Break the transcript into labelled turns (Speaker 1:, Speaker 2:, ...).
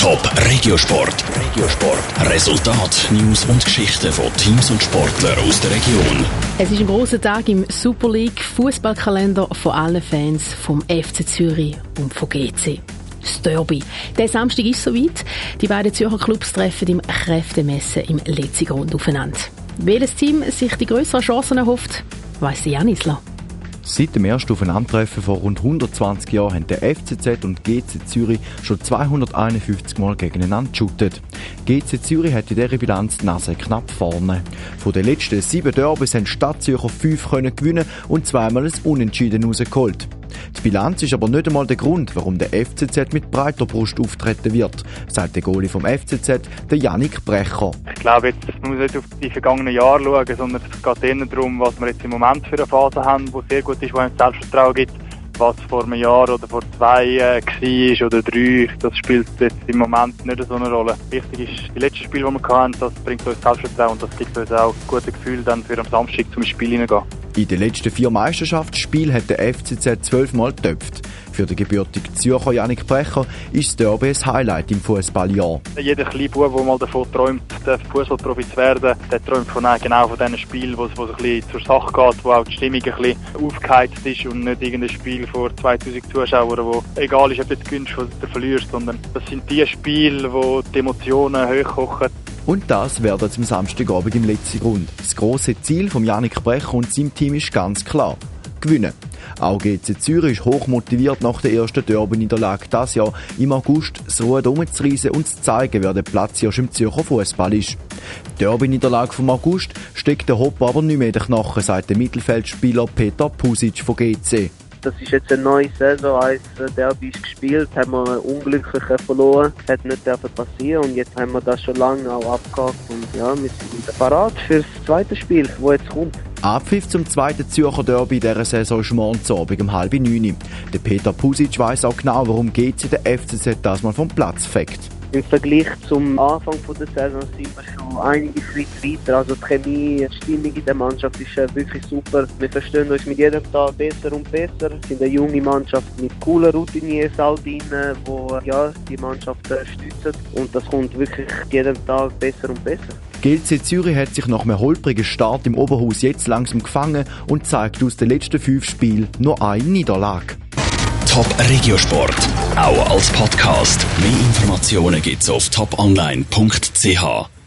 Speaker 1: Top Regiosport. Resultat, News und Geschichten von Teams und Sportlern aus der Region.
Speaker 2: Es ist ein grosser Tag im Super League Fußballkalender von allen Fans vom FC Zürich und von GC. Das Derby. Der Samstag ist soweit. Die beiden Zürcher Clubs treffen im Kräftemessen im Letzigrund aufeinander. Welches Team sich die grösseren Chancen erhofft, weiss Jan Isler.
Speaker 3: Seit dem ersten Aufeinandertreffen vor rund 120 Jahren haben der FCZ und GC Zürich schon 251 Mal gegeneinander geshootet. GC Zürich hat in dieser Bilanz die Nase knapp vorne. Von den letzten 7 Derbys haben Stadtzürcher 5 gewinnen und zweimal ein Unentschieden rausgeholt. Die Bilanz ist aber nicht einmal der Grund, warum der FCZ mit breiter Brust auftreten wird, sagt der Goalie vom FCZ, der Yannick Brecher.
Speaker 4: Ich glaube, jetzt muss man nicht auf die vergangenen Jahre schauen, sondern es geht eher darum, was wir jetzt im Moment für eine Phase haben, die sehr gut ist, die einem Selbstvertrauen gibt. Was vor einem Jahr oder vor 2 war oder 3, das spielt jetzt im Moment nicht so eine Rolle. Wichtig ist, die letzten Spiele, die wir hatten, das bringt uns Selbstvertrauen und das gibt uns auch ein gutes Gefühl, dann für am Samstag zum Spiel hineingehen. In
Speaker 3: den letzten 4 Meisterschaftsspielen hat der FCZ 12 Mal getöpft. Für den gebürtigen Zürcher Yannick Brecher ist das Derby ein Highlight im Fußballjahr.
Speaker 4: Jeder kleine Bub, der mal davon träumt, Fußballprofi zu werden, der träumt genau von diesen Spielen, wo es ein bisschen zur Sache geht, wo auch die Stimmung ein bisschen aufgeheizt ist und nicht irgendein Spiel vor 2000 Zuschauern, wo egal ist, ob du jetzt gewinnst oder verlierst, sondern das sind die Spiele, wo die Emotionen hochkochen.
Speaker 3: Und das werden am Samstagabend im Letzigrund. Das grosse Ziel von Yannick Brecher und seinem Team ist ganz klar: gewinnen. Auch GC Zürich ist hoch motiviert, nach der ersten Derby-Niederlage dieses Jahr im August das Ruder umzureissen und zu zeigen, wer der Platzhirsch im Zürcher Fußball ist. Die Derby-Niederlage vom August steckt der Hopper aber nicht mehr in den Knochen, sagt der Mittelfeldspieler Peter Pusic von GC.
Speaker 5: Das ist jetzt eine neue Saison, als Derby ist gespielt, haben wir unglücklich verloren, hat nicht passieren und jetzt haben wir das schon lange auch abgehakt und ja, wir sind parat für das zweite Spiel, das jetzt kommt.
Speaker 3: Abpfiff zum zweiten Zürcher Derby dieser Saison ist morgen Abend um 8:30. Der Peter Pusic weiss auch genau, warum GC der FCZ das mal vom Platz fegt.
Speaker 5: Im Vergleich zum Anfang der Saison sind wir schon einige Schritte weiter. Also die Chemie, die Stimmung in der Mannschaft ist wirklich super. Wir verstehen uns mit jedem Tag besser und besser. Wir sind eine junge Mannschaft mit coolen Routiniers all drin, die die Mannschaft stützen. Und das kommt wirklich jeden Tag besser und besser.
Speaker 3: GC Zürich hat sich nach einem holprigen Start im Oberhaus jetzt langsam gefangen und zeigt aus den letzten 5 Spielen nur eine Niederlage.
Speaker 1: Top Regiosport, auch als Podcast. Mehr Informationen gibt's auf toponline.ch.